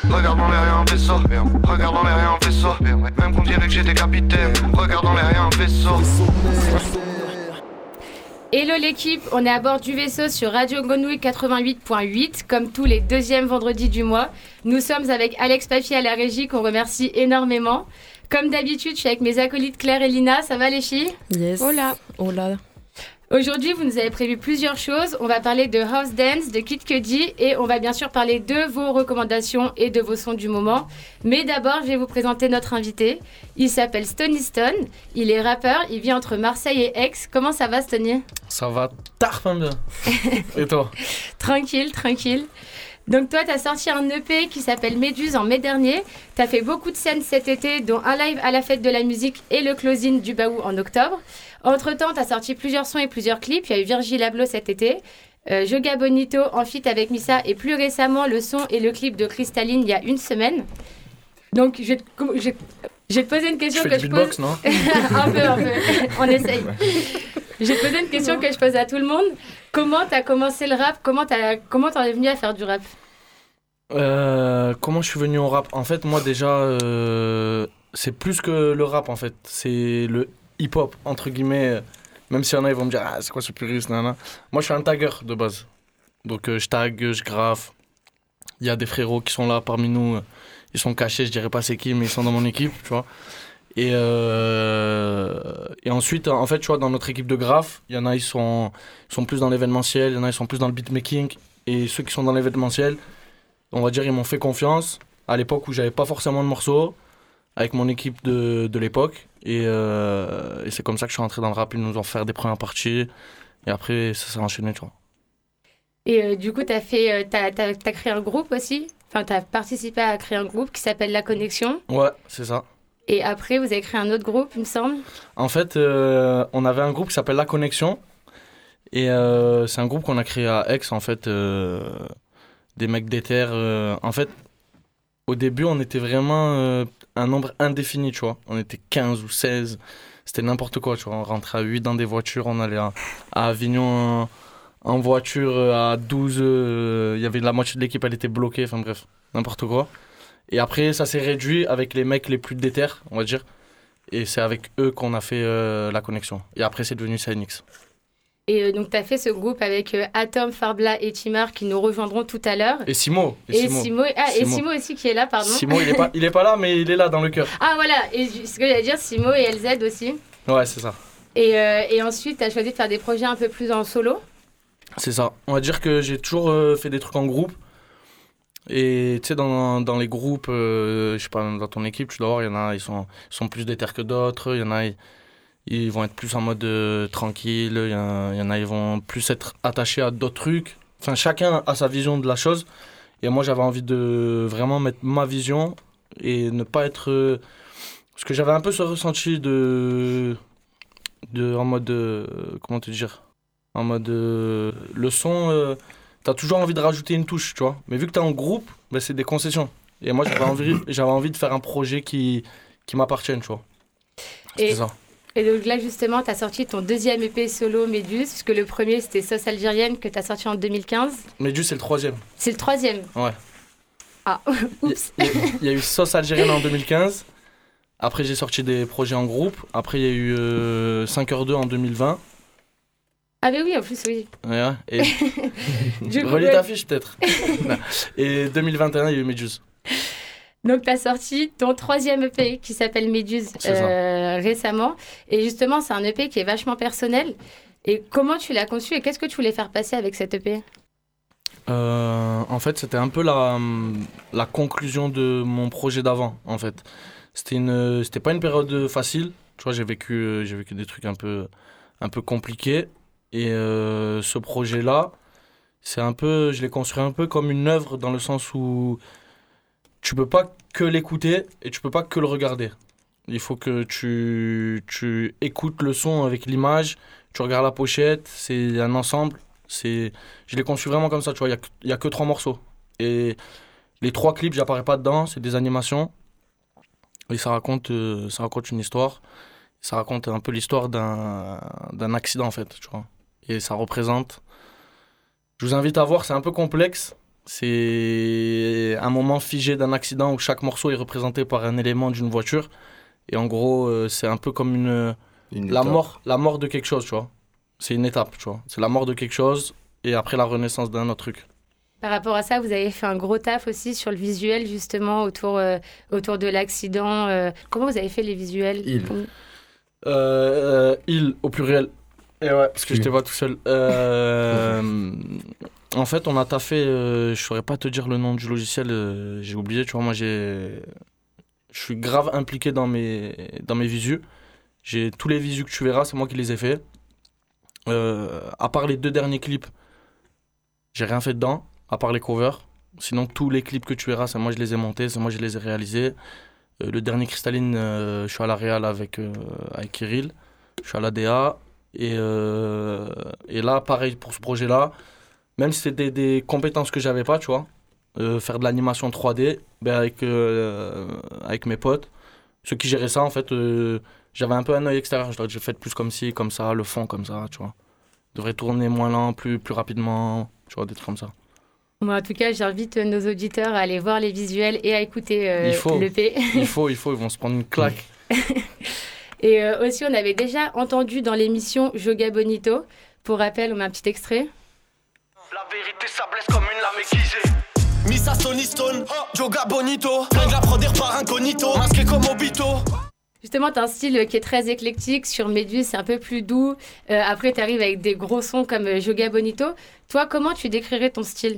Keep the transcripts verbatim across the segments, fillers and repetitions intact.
Regarde dans les rien en vaisseau. Regarde dans les rien en vaisseau. Même qu'on dirait que j'étais capitaine. Regarde dans les rien en vaisseau. Hello l'équipe, on est à bord du vaisseau sur Radio Grenouille quatre-vingt-huit point huit, comme tous les deuxièmes vendredis du mois. Nous sommes avec Alex Papier à la régie, qu'on remercie énormément. Comme d'habitude, je suis avec mes acolytes Claire et Lina. Ça va les filles ? Yes. Hola. Hola. Aujourd'hui, vous nous avez prévu plusieurs choses. On va parler de House Dance, de Kid Cudi et on va bien sûr parler de vos recommandations et de vos sons du moment. Mais d'abord, je vais vous présenter notre invité. Il s'appelle Stony Stone. Il est rappeur. Il vit entre Marseille et Aix. Comment ça va, Stony ? Ça va tarpin bien. Et toi ? Tranquille, tranquille. Donc toi, tu as sorti un E P qui s'appelle Méduse en mai dernier. Tu as fait beaucoup de scènes cet été, dont un live à la fête de la musique et le closing du Baou en octobre. Entre-temps, tu as sorti plusieurs sons et plusieurs clips. Il y a eu Virgil Abloh cet été, euh, Joga Bonito en feat avec Missa et plus récemment le son et le clip de Cristalline il y a une semaine. Donc je vais te, je, je vais te poser une question je que fais je du pose... beatbox, non ? un peu, un peu. On essaye. Je vais te poser une question que je pose à tout le monde. Comment tu as commencé le rap ? Comment t'as, comment t'en es venu à faire du rap ? euh, Comment je suis venu au rap ? En fait, moi déjà, euh, c'est plus que le rap en fait. C'est le hip-hop, entre guillemets. Même s'il y en a, ils vont me dire, ah, c'est quoi ce puriste, nanana. Moi, je suis un tagueur de base. Donc, euh, je tag, je graffe. Il y a des frérots qui sont là parmi nous. Ils sont cachés, je dirais pas c'est qui, mais ils sont dans mon équipe, tu vois. Et, euh, et ensuite, en fait, tu vois, dans notre équipe de graphes, il y en a, ils sont, ils sont plus dans l'événementiel, il y en a, ils sont plus dans le beatmaking. Et ceux qui sont dans l'événementiel, on va dire, ils m'ont fait confiance à l'époque où j'avais pas forcément de morceaux, avec mon équipe de, de l'époque. Et, euh, et c'est comme ça que je suis rentré dans le rap. Ils nous ont fait des premières parties. Et après, ça s'est enchaîné, tu vois. Et euh, du coup, tu as fait, euh, t'as, t'as, t'as créé un groupe aussi. Enfin, tu as participé à créer un groupe qui s'appelle La Connexion. Ouais, c'est ça. Et après, vous avez créé un autre groupe, il me semble. En fait, euh, on avait un groupe qui s'appelle La Connexion. Et euh, c'est un groupe qu'on a créé à Aix, en fait. Euh, des mecs d'éther. Euh, en fait, au début, on était vraiment euh, un nombre indéfini, tu vois. On était quinze ou seize. C'était n'importe quoi, tu vois. On rentrait à huit dans des voitures. On allait à, à Avignon en, en voiture à douze. Il euh, y avait la moitié de l'équipe, elle était bloquée. Enfin bref, n'importe quoi. Et après, ça s'est réduit avec les mecs les plus déter, on va dire. Et c'est avec eux qu'on a fait euh, La Connexion. Et après, c'est devenu C N X. Et euh, donc, tu as fait ce groupe avec euh, Atom, Farbla et Timar qui nous rejoindront tout à l'heure. Et Simo. Et, et Simo. Simo. Ah, Simo. Et Simo aussi qui est là, pardon. Simo, il est pas, il est pas là, mais il est là dans le cœur. Ah, voilà. Et ce que j'allais dire, Simo et L Z aussi. Ouais, c'est ça. Et, euh, et ensuite, tu as choisi de faire des projets un peu plus en solo. C'est ça. On va dire que j'ai toujours euh, fait des trucs en groupe. Et tu sais, dans, dans les groupes, euh, je sais pas, dans ton équipe, tu dois voir, il y en a, ils sont, ils sont plus déter que d'autres. Il y en a, ils, ils vont être plus en mode euh, tranquille. Il y, a, il y en a, ils vont plus être attachés à d'autres trucs. Enfin, chacun a sa vision de la chose. Et moi, j'avais envie de vraiment mettre ma vision et ne pas être... Euh, parce que j'avais un peu ce ressenti de... de en mode... Euh, comment te dire ? En mode... Euh, le son... Euh, t'as toujours envie de rajouter une touche, tu vois. Mais vu que t'es en groupe, bah, c'est des concessions. Et moi, j'avais envie, j'avais envie de faire un projet qui, qui m'appartienne, tu vois. C'était et, ça. Et donc là, justement, t'as sorti ton deuxième E P solo, Méduse, puisque le premier, c'était Sauce Algérienne, que t'as sorti en deux mille quinze. Méduse, c'est le troisième. C'est le troisième. Ouais. Ah, oups. Il y, y, y a eu Sauce Algérienne en deux mille quinze. Après, j'ai sorti des projets en groupe. Après, il y a eu euh, cinq heures deux en deux mille vingt. Ah mais oui, en plus, oui. Ouais, et... Relis ta fiche, peut-être. Et deux mille vingt et un, il y a eu Méduse. Donc, tu as sorti ton troisième E P qui s'appelle Méduse euh, récemment. Et justement, c'est un E P qui est vachement personnel. Et comment tu l'as conçu et qu'est-ce que tu voulais faire passer avec cet E P ? euh, En fait, c'était un peu la, la conclusion de mon projet d'avant, en fait. C'était, une, c'était pas une période facile. Tu vois, j'ai vécu, j'ai vécu des trucs un peu, un peu compliqués. Et euh, ce projet-là, c'est un peu, je l'ai construit un peu comme une œuvre dans le sens où tu peux pas que l'écouter et tu peux pas que le regarder. Il faut que tu, tu écoutes le son avec l'image, tu regardes la pochette, c'est un ensemble. C'est, je l'ai conçu vraiment comme ça, tu vois, il y a, y a que trois morceaux. Et les trois clips, j'apparais pas dedans, c'est des animations. Et ça raconte, euh, ça raconte une histoire. Ça raconte un peu l'histoire d'un, d'un accident, en fait, tu vois. Et ça représente... Je vous invite à voir, c'est un peu complexe, C'est un moment figé d'un accident où chaque morceau est représenté par un élément d'une voiture. Et en gros, euh, c'est un peu comme une, Une la, étape. mort, la mort de quelque chose, tu vois. C'est une étape, tu vois. C'est la mort de quelque chose et après la renaissance d'un autre truc. Par rapport à ça, vous avez fait un gros taf aussi sur le visuel, justement, autour, euh, autour de l'accident. euh. Comment vous avez fait les visuels? Il. Euh, euh, il, au pluriel. Et ouais, parce que Oui. je t'ai pas tout seul. Euh, en fait, on a taffé, euh, je saurais pas te dire le nom du logiciel, euh, j'ai oublié, tu vois, moi j'ai... Je suis grave impliqué dans mes, dans mes visus. J'ai tous les visus que tu verras, c'est moi qui les ai faits. Euh, à part les deux derniers clips, j'ai rien fait dedans, à part les covers. Sinon, tous les clips que tu verras, c'est moi je les ai montés, c'est moi je les ai réalisés. Euh, le dernier Cristalline, euh, je suis à la Réal avec, euh, avec Kirill. Je suis à la D A. Et, euh, et là, pareil pour ce projet-là, même si c'était des, des compétences que j'avais pas, tu vois, euh, faire de l'animation trois D, ben avec, euh, avec mes potes, ceux qui géraient ça, en fait, euh, j'avais un peu un œil extérieur. Je leur ai dit, faites plus comme ci, comme ça, le fond comme ça, tu vois. Devrait tourner moins lent, plus, plus rapidement, tu vois, des trucs comme ça. Moi, en tout cas, j'invite nos auditeurs à aller voir les visuels et à écouter euh, Il faut. l'E P. Il faut, il faut, ils vont se prendre une claque. Et euh, aussi, on avait déjà entendu dans l'émission Joga Bonito. Pour rappel, on met un petit extrait. La vérité ça blesse comme une lame aiguisée. Missa Sony Stone, Joga Bonito. Plein de la prod par incognito, masqué comme Obito. Justement, tu as un style qui est très éclectique. Sur Méduse, c'est un peu plus doux. Euh, après, tu arrives avec des gros sons comme euh, Joga Bonito. Toi, comment tu décrirais ton style?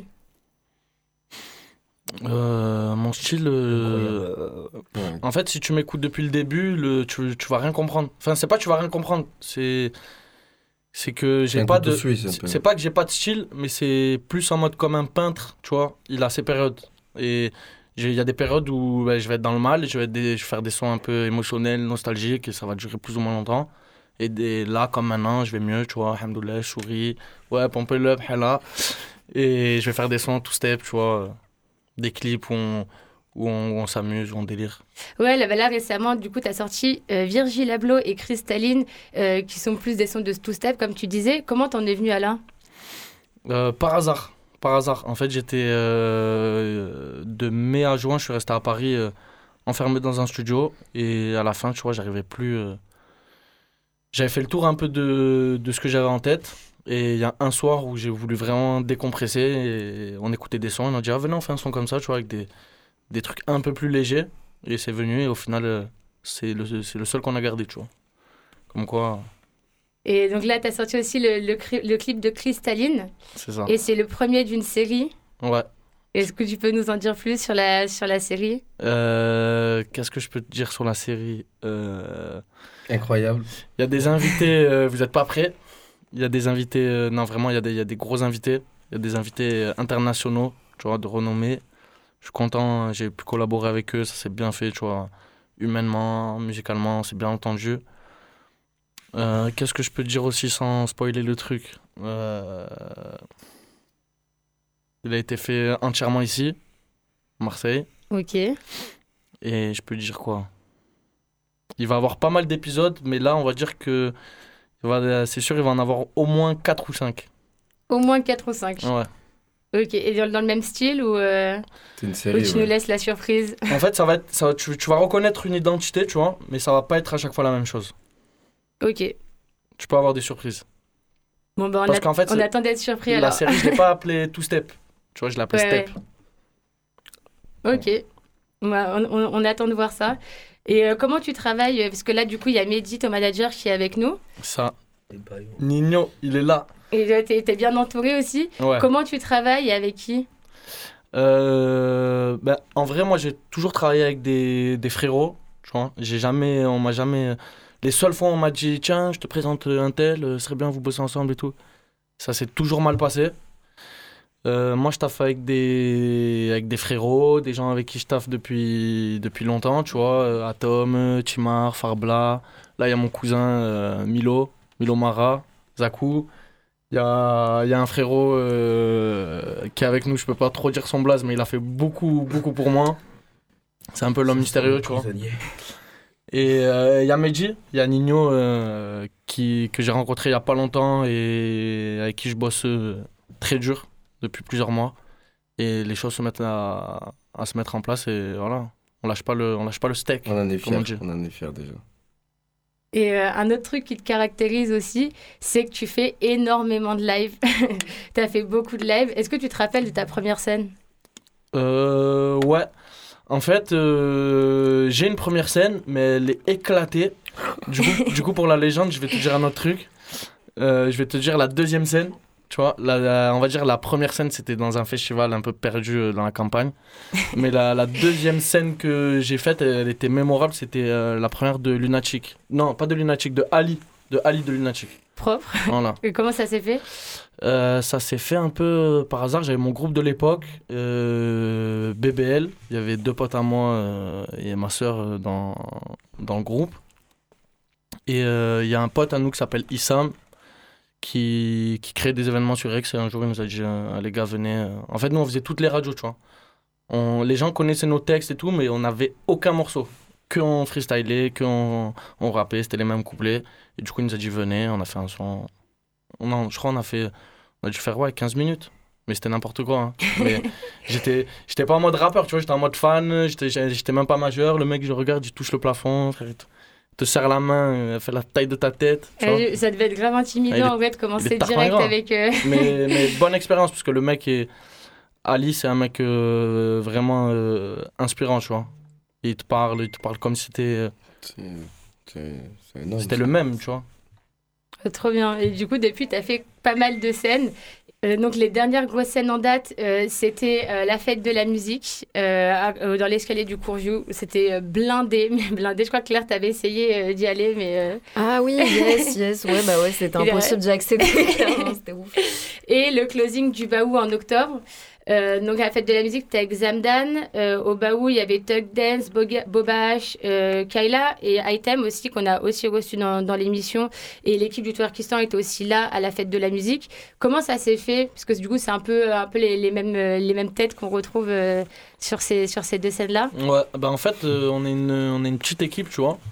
Euh, mon style, euh, Ouais. en fait, si tu m'écoutes depuis le début, le, tu, tu vas rien comprendre. Enfin, c'est pas tu vas rien comprendre, c'est c'est que C'est j'ai un pas couteau de suisse, un c'est peu. c'est pas que j'ai pas de style, mais c'est plus en mode comme un peintre, tu vois. Il a ses périodes et j'ai- il y a des périodes où ouais, je vais être dans le mal, et je vais, être des- je vais faire des sons un peu émotionnels, nostalgiques et ça va durer plus ou moins longtemps. Et des, là, comme maintenant, je vais mieux, tu vois. Alhamdoulilah, je souris, ouais, pompe le up, hala. Et je vais faire des sons tout step, tu vois. Des clips où on, où on, où on s'amuse, où on délire. Ouais, là, bah là, récemment, du coup, tu as sorti euh, Virgil Abloh et Cristalline, euh, qui sont plus des sons de two-step, comme tu disais. Comment t'en es venu à là? Euh, par hasard, par hasard. En fait, j'étais euh, de mai à juin, je suis resté à Paris, euh, enfermé dans un studio. Et à la fin, tu vois, j'arrivais plus. euh, J'avais fait le tour un peu de, de ce que j'avais en tête. Et il y a un soir où j'ai voulu vraiment décompresser. Et on écoutait des sons. Et on a dit, ah, venez, on fait un son comme ça, tu vois, avec des, des trucs un peu plus légers. Et c'est venu. Et au final, euh, c'est le, c'est le seul qu'on a gardé, tu vois. Comme quoi, Et donc là, tu as sorti aussi le, le, cri- le clip de Cristalline. c'est ça. Et c'est le premier d'une série. Ouais. Est-ce que tu peux nous en dire plus sur la, sur la série? Euh, qu'est-ce que je peux te dire sur la série? Euh, Incroyable. Il y a des invités, euh, vous n'êtes pas prêts? Il y a des invités, euh, non vraiment, il y, a des- il y a des gros invités. Il y a des invités euh, internationaux, tu vois, de renommée. Je suis content, j'ai pu collaborer avec eux, ça s'est bien fait, tu vois. Humainement, musicalement, c'est bien entendu. Euh, qu'est-ce que je peux te dire aussi sans spoiler le truc? Euh, Il a été fait entièrement ici, à Marseille. Ok. Et je peux dire quoi? Il va avoir pas mal d'épisodes, mais là, on va dire que il va- c'est sûr, il va en avoir au moins quatre ou cinq. Au moins quatre ou cinq. Ouais. Ok. Et dans, dans le même style ou, euh, C'est une ou série. tu ouais. nous laisses la surprise? En fait, ça va être, ça va- tu, tu vas reconnaître une identité, tu vois, mais ça va pas être à chaque fois la même chose. Ok. Tu peux avoir des surprises. Bon, ben on, Parce a- qu'en fait, on c'est- attend d'être surpris La alors. série, je l'ai pas appelée Two Step. Tu vois, je l'ai appelée Ouais, Step. Ok. Ouais, on, on- on attend de voir ça. Et euh, comment tu travailles? Parce que là, du coup, il y a Mehdi, ton manager, qui est avec nous. Ça. Nino, il est là. Et euh, t'es, t'es bien entouré aussi. Ouais. Comment tu travailles et avec qui? Euh, ben, en vrai, moi, j'ai toujours travaillé avec des, des frérots. Tu vois, j'ai jamais, on m'a jamais. Les seules fois où on m'a dit, tiens, je te présente un tel, euh, ce serait bien vous bosser ensemble et tout. Ça s'est toujours mal passé. Euh, moi, je taffe avec des, avec des frérots, des gens avec qui je taffe depuis, depuis longtemps, tu vois. euh, Atom, euh, Timar, Farbla. Là, il y a mon cousin euh, Milo, Milo Mara, Zakou. Il y a, il y a un frérot euh, qui est avec nous, je peux pas trop dire son blaze, mais il a fait beaucoup, beaucoup pour moi. C'est un peu l'homme mystérieux, tu vois. Et euh, il y a Medji, il y a Nino euh, qui, que j'ai rencontré il y a pas longtemps et avec qui je bosse euh, très dur depuis plusieurs mois. et les choses se mettent à, à se mettre en place et voilà. On lâche pas le, on lâche pas le steak. On en est comme on fiers, dit. on en est fiers déjà. Et euh, un autre truc qui te caractérise aussi, c'est que tu fais énormément de live. Tu as fait beaucoup de live. Est-ce que tu te rappelles de ta première scène? Euh, ouais. En fait, euh, j'ai une première scène, mais elle est éclatée. Du coup, du coup, pour la légende, je vais te dire un autre truc. Euh, je vais te dire la deuxième scène. Tu vois, la, la- on va dire la première scène, c'était dans un festival un peu perdu euh, dans la campagne. Mais la, la deuxième scène que j'ai faite, elle était mémorable. C'était euh, la première de Lunatic. Non, pas de Lunatic, de Ali. De Ali de Lunatic. Propre. Voilà. Et comment ça s'est fait? Euh, ça s'est fait un peu euh, par hasard. J'avais mon groupe de l'époque, euh, B B L. Il y avait deux potes à moi euh, et ma soeur euh, dans, dans le groupe. Et euh, il y a un pote à nous qui s'appelle Issam qui, qui crée des événements sur X. Et un jour, il nous a dit euh, les gars, venez. euh. En fait, nous, on faisait toutes les radios, tu vois. On, les gens connaissaient nos textes et tout, mais on n'avait aucun morceau. Que on freestylait, que on, on rappait, c'était les mêmes couplets. Et du coup, il nous a dit venez, on a fait un son. On a, je crois qu'on a fait. On a dû faire ouais, quinze minutes. Mais c'était n'importe quoi. Hein. Mais j'étais, j'étais pas en mode rappeur, tu vois, j'étais en mode fan, j'étais, j'étais même pas majeur. Le mec, je regarde, il touche le plafond, frère, il te, il te serre la main, il fait la taille de ta tête. Tu vois. Euh, ça devait être grave intimidant Ah, il est- en vrai de commencer il est direct tarpin avec. euh, mais, mais bonne expérience, parce que le mec est. Ali, c'est un mec euh, vraiment euh, inspirant, tu vois. Il te parle, il te parle comme si c'était, euh, C'est, c'est, c'est énorme. c'était ça. le même, tu vois. Trop bien. Et du coup, depuis, tu as fait pas mal de scènes. Euh, donc, les dernières grosses scènes en date, euh, c'était euh, la fête de la musique euh, à- euh, dans l'escalier du Courviou. C'était euh, blindé, mais blindé. Je crois que Claire, t'avais essayé euh, d'y aller, mais. euh, Ah oui, yes, yes. Ouais, bah ouais, c'était Il est impossible d'y accéder. Clairement, c'était ouf. Et le closing du Baou en octobre. Euh, donc, à la fête de la musique, t'es avec Zamdan. Euh, au Baou, il y avait Tug Dance, Boga- Boba H, euh, Kyla et Item aussi, qu'on a aussi reçu dans, dans l'émission. Et l'équipe du Twerkistan était aussi là à la fête de la musique. Comment ça s'est fait? Parce que du coup, c'est un peu, un peu les, les, mêmes, euh, les mêmes têtes qu'on retrouve euh, sur, ces, sur ces deux scènes-là. Ouais, bah en fait, euh, on, est une, on est une petite équipe, tu vois,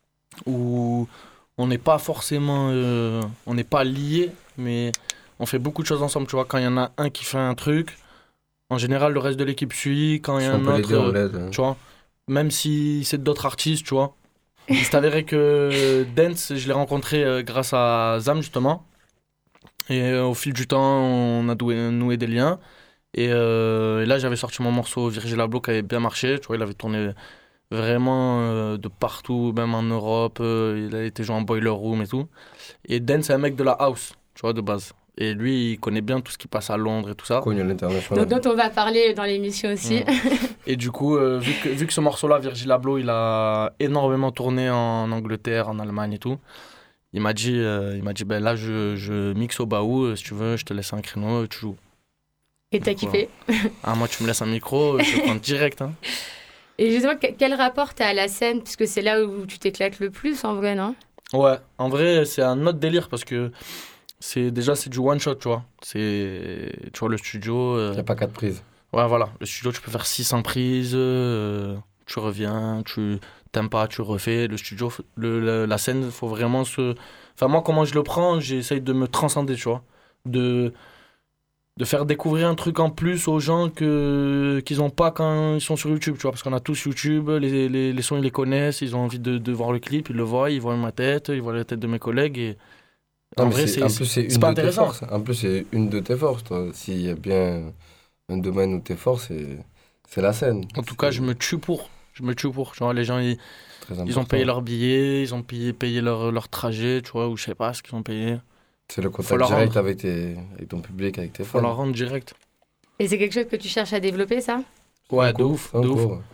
où on n'est pas forcément. euh, on n'est pas liés, mais on fait beaucoup de choses ensemble, tu vois. Quand il y en a un qui fait un truc, en général, le reste de l'équipe suit. Quand il y Si a on un peut autre. l'aider, on euh, l'aide. hein. tu vois, même si c'est d'autres artistes, tu vois. Il s'est avéré que Dance, je l'ai rencontré euh, grâce à Zam, justement. Et euh, au fil du temps, on a doué- noué des liens. Et, euh, et là, j'avais sorti mon morceau Virgil Abloh qui avait bien marché. Tu vois, il avait tourné vraiment euh, de partout, même en Europe. euh, il a été joué en Boiler Room et tout. Et Dance, c'est un mec de la house, tu vois, de base. Et lui, il connaît bien tout ce qui passe à Londres et tout ça. Connu à l'international. Donc, dont on va parler dans l'émission aussi. Mm. Et du coup, euh, vu, que, vu que ce morceau-là, Virgil Abloh, il a énormément tourné en Angleterre, en Allemagne et tout, il m'a dit, euh, il m'a dit ben là, je, je mixe au Baou, euh, si tu veux, je te laisse un créneau, tu joues. Et t'as Donc, kiffé. Ah, moi, tu me laisses un micro, je te prends direct. Hein. Et justement, que- quel rapport t'as à la scène? Puisque c'est là où tu t'éclates le plus, en vrai, non? Ouais, en vrai, c'est un autre délire parce que c'est déjà c'est du one shot, tu vois. C'est, tu vois, le studio. euh, Il n'y a pas quatre prises. Ouais, voilà. Le studio, tu peux faire six cents prises, euh, tu reviens, tu t'aimes pas, tu refais. Le studio, f- le, le- la scène, il faut vraiment se. Enfin, moi, comment je le prends, j'essaye de me transcender, tu vois. De, de faire découvrir un truc en plus aux gens que, qu'ils n'ont pas quand ils sont sur YouTube, tu vois. Parce qu'on a tous YouTube, les, les, les sons, ils les connaissent, ils ont envie de, de voir le clip, ils le voient, ils voient ma tête, ils voient la tête de mes collègues. Et Non, en mais vrai, c'est- c'est, en plus, c'est c'est une pas de tes intéressant. forces. En plus, c'est une de tes forces, toi. S'il y a bien un domaine où t'es fort, c'est, c'est la scène. En tout cas, je me tue pour. Je me tue pour. Tu vois, les gens, ils. Très Ils ont important. payé leur billet, ils ont payé, payé leur, leur trajet, tu vois, ou je sais pas ce qu'ils ont payé. C'est le Faut contact leur direct rendre. avec, tes, avec ton public, avec tes Faut leur fans. rendre direct. Et c'est quelque chose que tu cherches à développer, ça? Ouais, En de cours, ouf, en de ouf. cours.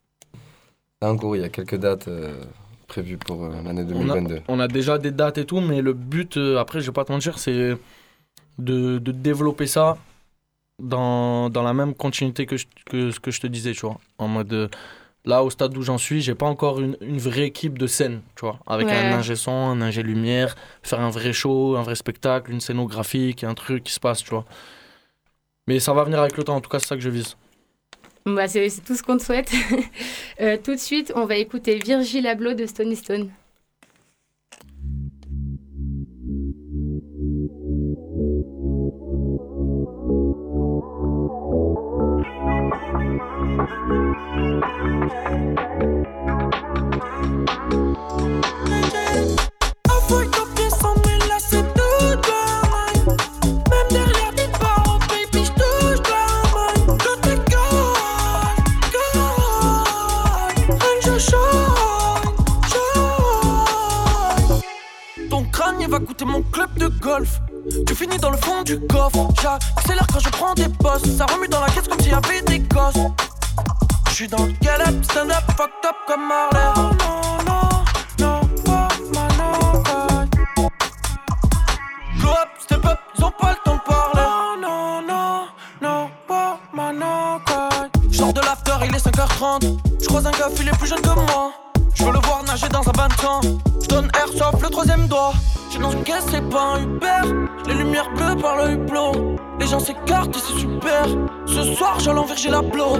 En cours, il y a quelques dates euh, prévues pour euh, l'année deux mille On a, vingt-deux. on a déjà des dates et tout, mais le but, euh, après, je vais pas te mentir, c'est de, de développer ça dans, dans la même continuité que, je- que ce que je te disais, tu vois. En mode, euh, là, au stade où j'en suis, j'ai pas encore une, une vraie équipe de scène, tu vois. Avec Ouais. un ingé son, un ingé lumière, faire un vrai show, un vrai spectacle, une scénographie, un truc qui se passe, tu vois. Mais ça va venir avec le temps, en tout cas, c'est ça que je vise. Bah, c'est c'est tout ce qu'on te souhaite. Euh, tout de suite, on va écouter Virgil Abloh de Stony Stone. Va goûter mon club de golf. Tu finis dans le fond du coffre. J'accélère quand je prends des postes. Ça remue dans la caisse comme s'il y avait des gosses. J'suis dans le galop, stand up, fucked up comme Marley. Oh non, non, non, pas ma no. Glow up, step up, ils ont pas le temps de parler. Oh non, non, non, pas ma no. J'sors de l'after, il est cinq heures trente. J'croise un gars, il est plus jeune que moi. J'veux le voir nager dans un bain de sang. J'donne air sauf le troisième doigt. J'suis dans une caisse, c'est pas un Uber. Les lumières bleues par le hublot. Les gens s'écartent et c'est super. Ce soir, j'ai l'envers, j'ai la blow.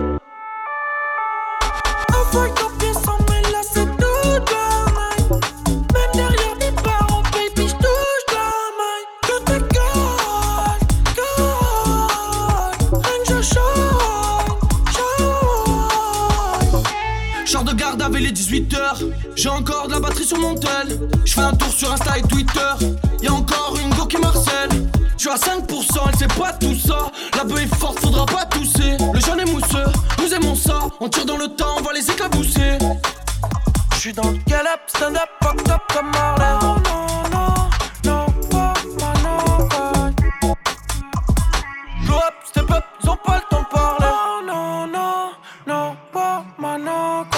Avoue copier sans mais là c'est tout demain. Même derrière des parents, baby, j'touche la main. Que t'es God, God. Rien que je shine, shine. J'sors de garde avec les dix-huit heures. J'ai encore de la batterie sur mon tel. J'fais un tour sur Insta et Twitter. Y'a encore une go qui marcelle. J'suis à cinq pour cent, elle sait pas tout ça. La beuh est forte, faudra pas tousser. Le jaune est mousseux, nous aimons ça. On tire dans le temps, on va les éclabousser. J'suis dans le galop, stand up, fucked up comme Marley. Oh non, non, non, pas ma no. Glow up, step up, ils ont pas le temps de parler. Oh non, non, non, pas ma no.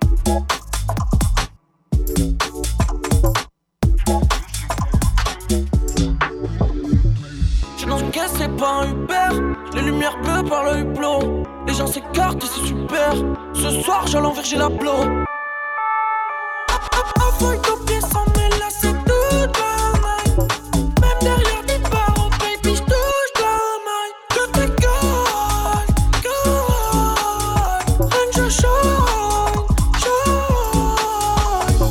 Dans une caisse, c'est pas un Uber. Les lumières bleues par le hublot. Les gens s'écartent et c'est super. Ce soir, j'ai l'envers, j'ai la blow. Avoue copier sans mais là c'est tout demain. Même derrière des parents, baby, j'touche la main. Que t'es God, God. Rien que je shine, shine.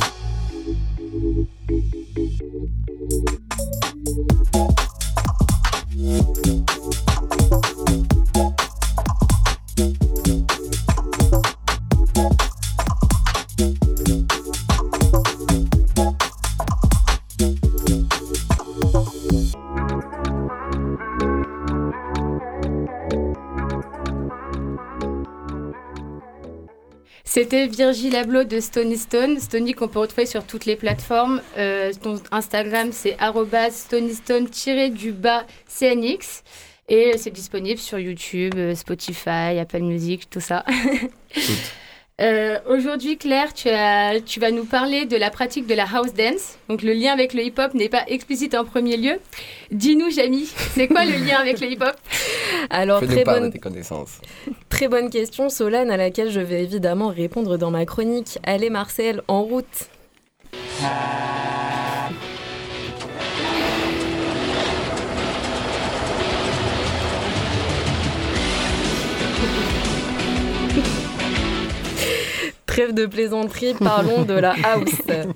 C'était Virgil Abloh de Stony Stone. Stony qu'on peut retrouver sur toutes les plateformes. Euh, ton Instagram, c'est arobase stonystone-du-bas C N X. Et c'est disponible sur YouTube, Spotify, Apple Music, tout ça. euh, aujourd'hui, Claire, tu, as, tu vas nous parler de la pratique de la house dance. Donc, le lien avec le hip-hop n'est pas explicite en premier lieu. Dis-nous, Jamie, c'est quoi le lien avec le hip-hop ? Alors, Fais-nous très part bonne... de tes connaissances. Très bonne question, Solane, à laquelle je vais évidemment répondre dans ma chronique. Allez, Marcel, en route. Trêve de plaisanterie, parlons de la house.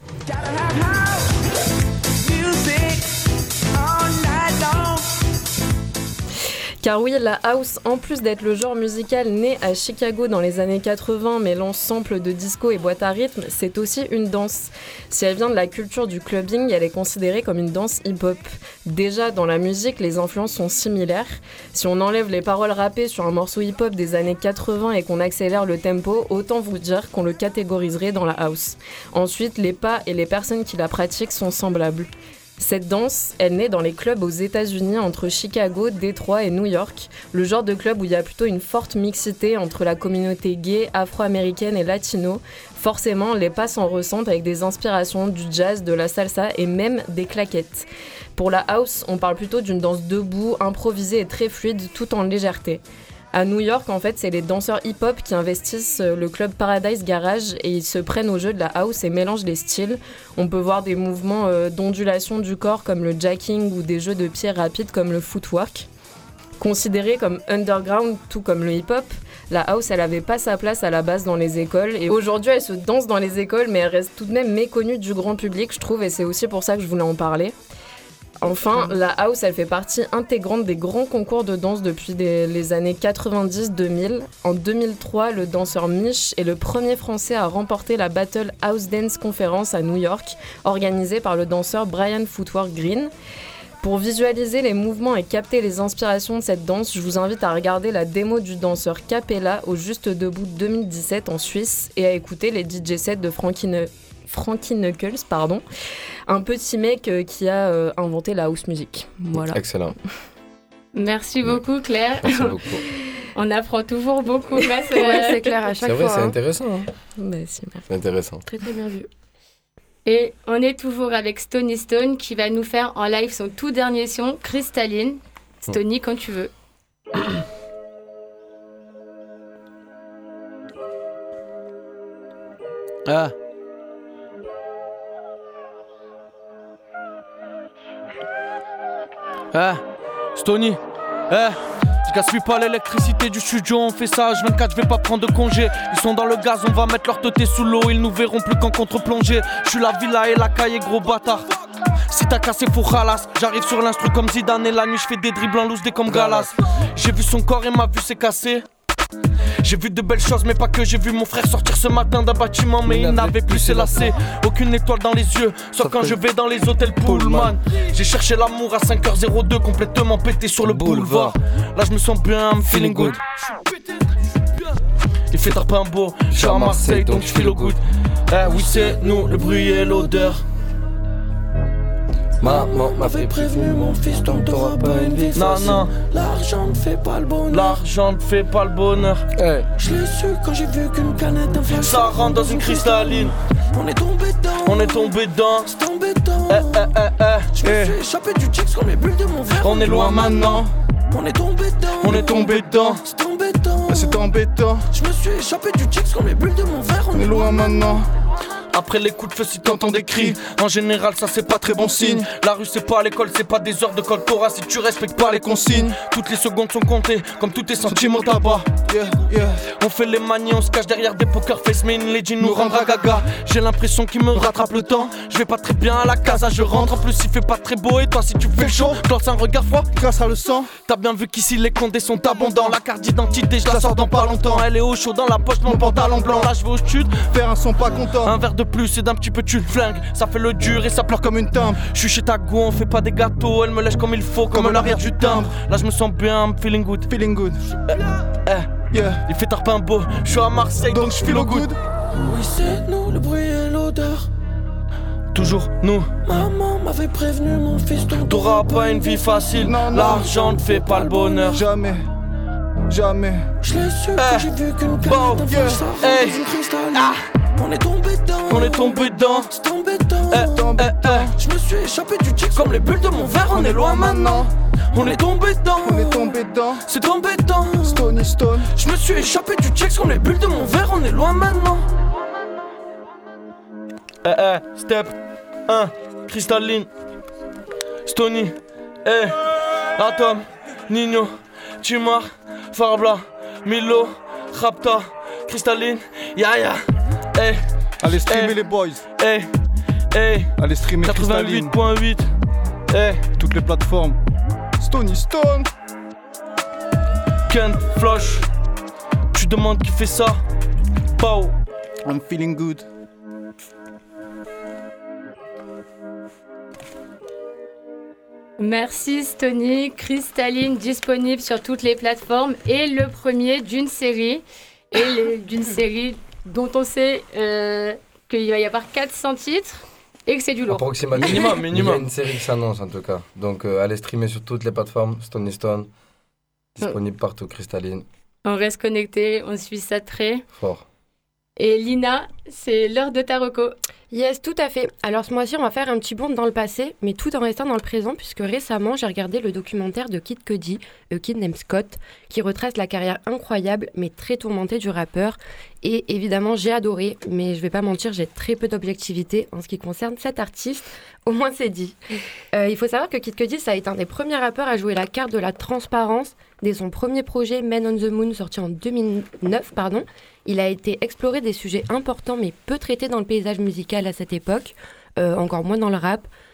Car oui, la house, en plus d'être le genre musical né à Chicago dans les années quatre-vingts, mêlant samples de disco et boîte à rythme, c'est aussi une danse. Si elle vient de la culture du clubbing, elle est considérée comme une danse hip-hop. Déjà, dans la musique, les influences sont similaires. Si on enlève les paroles rappées sur un morceau hip-hop des années quatre-vingts et qu'on accélère le tempo, autant vous dire qu'on le catégoriserait dans la house. Ensuite, les pas et les personnes qui la pratiquent sont semblables. Cette danse, elle naît dans les clubs aux États-Unis entre Chicago, Détroit et New York, le genre de club où il y a plutôt une forte mixité entre la communauté gay, afro-américaine et latino. Forcément, les pas s'en ressentent avec des inspirations du jazz, de la salsa et même des claquettes. Pour la house, on parle plutôt d'une danse debout, improvisée et très fluide, tout en légèreté. À New York, en fait, c'est les danseurs hip-hop qui investissent le club Paradise Garage et ils se prennent au jeu de la house et mélangent les styles. On peut voir des mouvements euh, d'ondulation du corps comme le jacking ou des jeux de pieds rapides comme le footwork. Considérée comme underground, tout comme le hip-hop, la house, elle n'avait pas sa place à la base dans les écoles. Et aujourd'hui, elle se danse dans les écoles, mais elle reste tout de même méconnue du grand public, je trouve, et c'est aussi pour ça que je voulais en parler. Enfin, la house, elle fait partie intégrante des grands concours de danse depuis des, les années quatre-vingt-dix deux mille. En deux mille trois, le danseur Mich est le premier Français à remporter la Battle House Dance Conference à New York, organisée par le danseur Brian Footwork Green. Pour visualiser les mouvements et capter les inspirations de cette danse, je vous invite à regarder la démo du danseur Capella au Juste Debout deux mille dix-sept en Suisse et à écouter les D J sets de Frankie, ne- Frankie Knuckles, pardon, un petit mec euh, qui a euh, inventé la house music. Voilà. Excellent. Merci beaucoup, Claire. Merci beaucoup. On apprend toujours beaucoup grâce à... Ouais, c'est clair, à chaque C'est vrai, fois. c'est hein. intéressant. Hein. Bah, si, merci. C'est intéressant. Très très bien vu. Et on est toujours avec Stony Stone qui va nous faire en live son tout dernier son, Cristalline. Stony, quand tu veux. Ah. Eh, Stony, eh, je gaspille pas l'électricité du studio, on fait ça, H vingt-quatre, je vais pas prendre de congé. Ils sont dans le gaz, on va mettre leur teuté sous l'eau, ils nous verront plus qu'en contre-plongée. Je suis la villa et la caille, gros bâtard. Si t'as cassé, faut ralasse. J'arrive sur l'instru comme Zidane et la nuit, je fais des dribbles en loose, des comme Galas. J'ai vu son corps et ma vue s'est cassée. J'ai vu de belles choses mais pas que, j'ai vu mon frère sortir ce matin d'un bâtiment mais il n'avait plus ses lacets. Aucune étoile dans les yeux, sauf quand je vais dans les hôtels Pullman. J'ai cherché l'amour à cinq heures zéro deux, complètement pété sur le boulevard. Là je me sens bien, I'm feeling good. Il fait tard pas un beau, je suis à Marseille donc je feel au good. Eh oui c'est nous, le bruit et l'odeur. Maman m'avait prévenu, mon fils, ton t'auras pas une vie facile. Non, non, L'argent ne fait pas le bonheur. l'argent ne fait pas le bonheur. Hey. Je l'ai su quand j'ai vu qu'une canette d'un flash. Ça rentre dans une cristalline, On est tombé dedans. on est tombé dedans. C'est tombé dedans. Eh eh eh eh, Je me eh. suis échappé du checks comme les bulles de mon verre. On est loin maintenant, On est tombé dedans. on est tombé dedans. C'est tombé dedans. C'est embêtant, Je me suis échappé du checks comme les bulles de mon verre. on est loin maintenant. Après les coups de feu si t'entends des cris, en général ça c'est pas très bon signe. La rue c'est pas l'école, c'est pas des heures de col Torah. Si tu respectes pas les consignes, toutes les secondes sont comptées, comme tous tes sentiments au tabac. Yeah, yeah. On fait les manies, on se cache derrière des poker face, mais une lady nous rendra gaga. J'ai l'impression qu'il me rattrape le temps. Je vais pas très bien à la casa, je rentre. En plus il fait pas très beau et toi si tu fais chaud, je lance un regard froid. Grâce à le sang, T'as bien vu qu'ici les condés sont abondants. La carte d'identité je la sors dans pas longtemps. Elle est au chaud dans la poche de mon pantalon blanc. Là je vais au stud, faire un son pas content. un verre de plus et d'un petit peu tu le flingues. Ça fait le dur et ça pleure comme Comme une timbre, Je suis chez ta go, on fait pas des gâteaux. Elle me lèche comme il faut, comme, Comme l'arrière du timbre. Là je me sens bien, I'm feeling good. feeling good. Eh, Yeah, il fait tard pas un beau. Je suis à Marseille donc, donc je je feel feel au au good. good. Oui, c'est nous, le bruit et l'odeur. Toujours nous. Maman m'avait prévenu, mon fils, ton T'auras pas une vie facile. Non, non. L'argent ne fait pas le bonheur. Jamais, jamais. Je l'ai su Eh, quand j'ai vu qu'une bon, canette d'un yeah, flash. Ça eh, rentre dans une cristalline. On est tombé dedans. On est tombé dedans. C'est tombé dedans. Eh, Tombé eh, eh. Je me suis échappé du checks comme les bulles de mon verre. On est loin maintenant. On est tombé dedans. On est tombé dedans. C'est tombé dedans. Stony Stone, Je me suis échappé du checks comme les bulles de mon verre. On est loin maintenant. Eh eh, step un, Cristalline, Stony, eh, Atom, Nino, Timar, Farbla, Milo, Rapta, Cristalline, Yaya, eh, allez streamer Eh. les boys. eh, eh, Allez streamer quatre-vingt-huit Cristalline. point huit, eh, Toutes les plateformes. Stony Stone. Kent, Flush, tu demandes qui fait ça, Pau. I'm feeling good. Merci Stony, Cristalline disponible sur toutes les plateformes et le premier d'une série et les- d'une série dont on sait euh, qu'il va y avoir quatre cents titres et que c'est du lourd. Approximativement. Minimum, Il y a minimum. une série qui s'annonce en tout cas. Donc euh, allez streamer sur toutes les plateformes. Stony Stone. Disponible partout. Cristalline. On reste connecté, on suit ça de près. Fort. Et Lina, c'est l'heure de ta reco. Yes, tout à fait. Alors ce mois-ci, on va faire un petit bond dans le passé, mais tout en restant dans le présent, puisque récemment, j'ai regardé le documentaire de Kid Cudi, A Kid Named Scott, qui retrace la carrière incroyable, mais très tourmentée du rappeur. Et évidemment, j'ai adoré, mais je vais pas mentir, j'ai très peu d'objectivité en ce qui concerne cet artiste. Au moins, c'est dit. Euh, il faut savoir que Kid Cudi, ça a été un des premiers rappeurs à jouer la carte de la transparence dès son premier projet, Men on the Moon, sorti en deux mille neuf, pardon. Il a été exploré des sujets importants mais peu traités dans le paysage musical à cette époque, euh, encore moins dans le rap,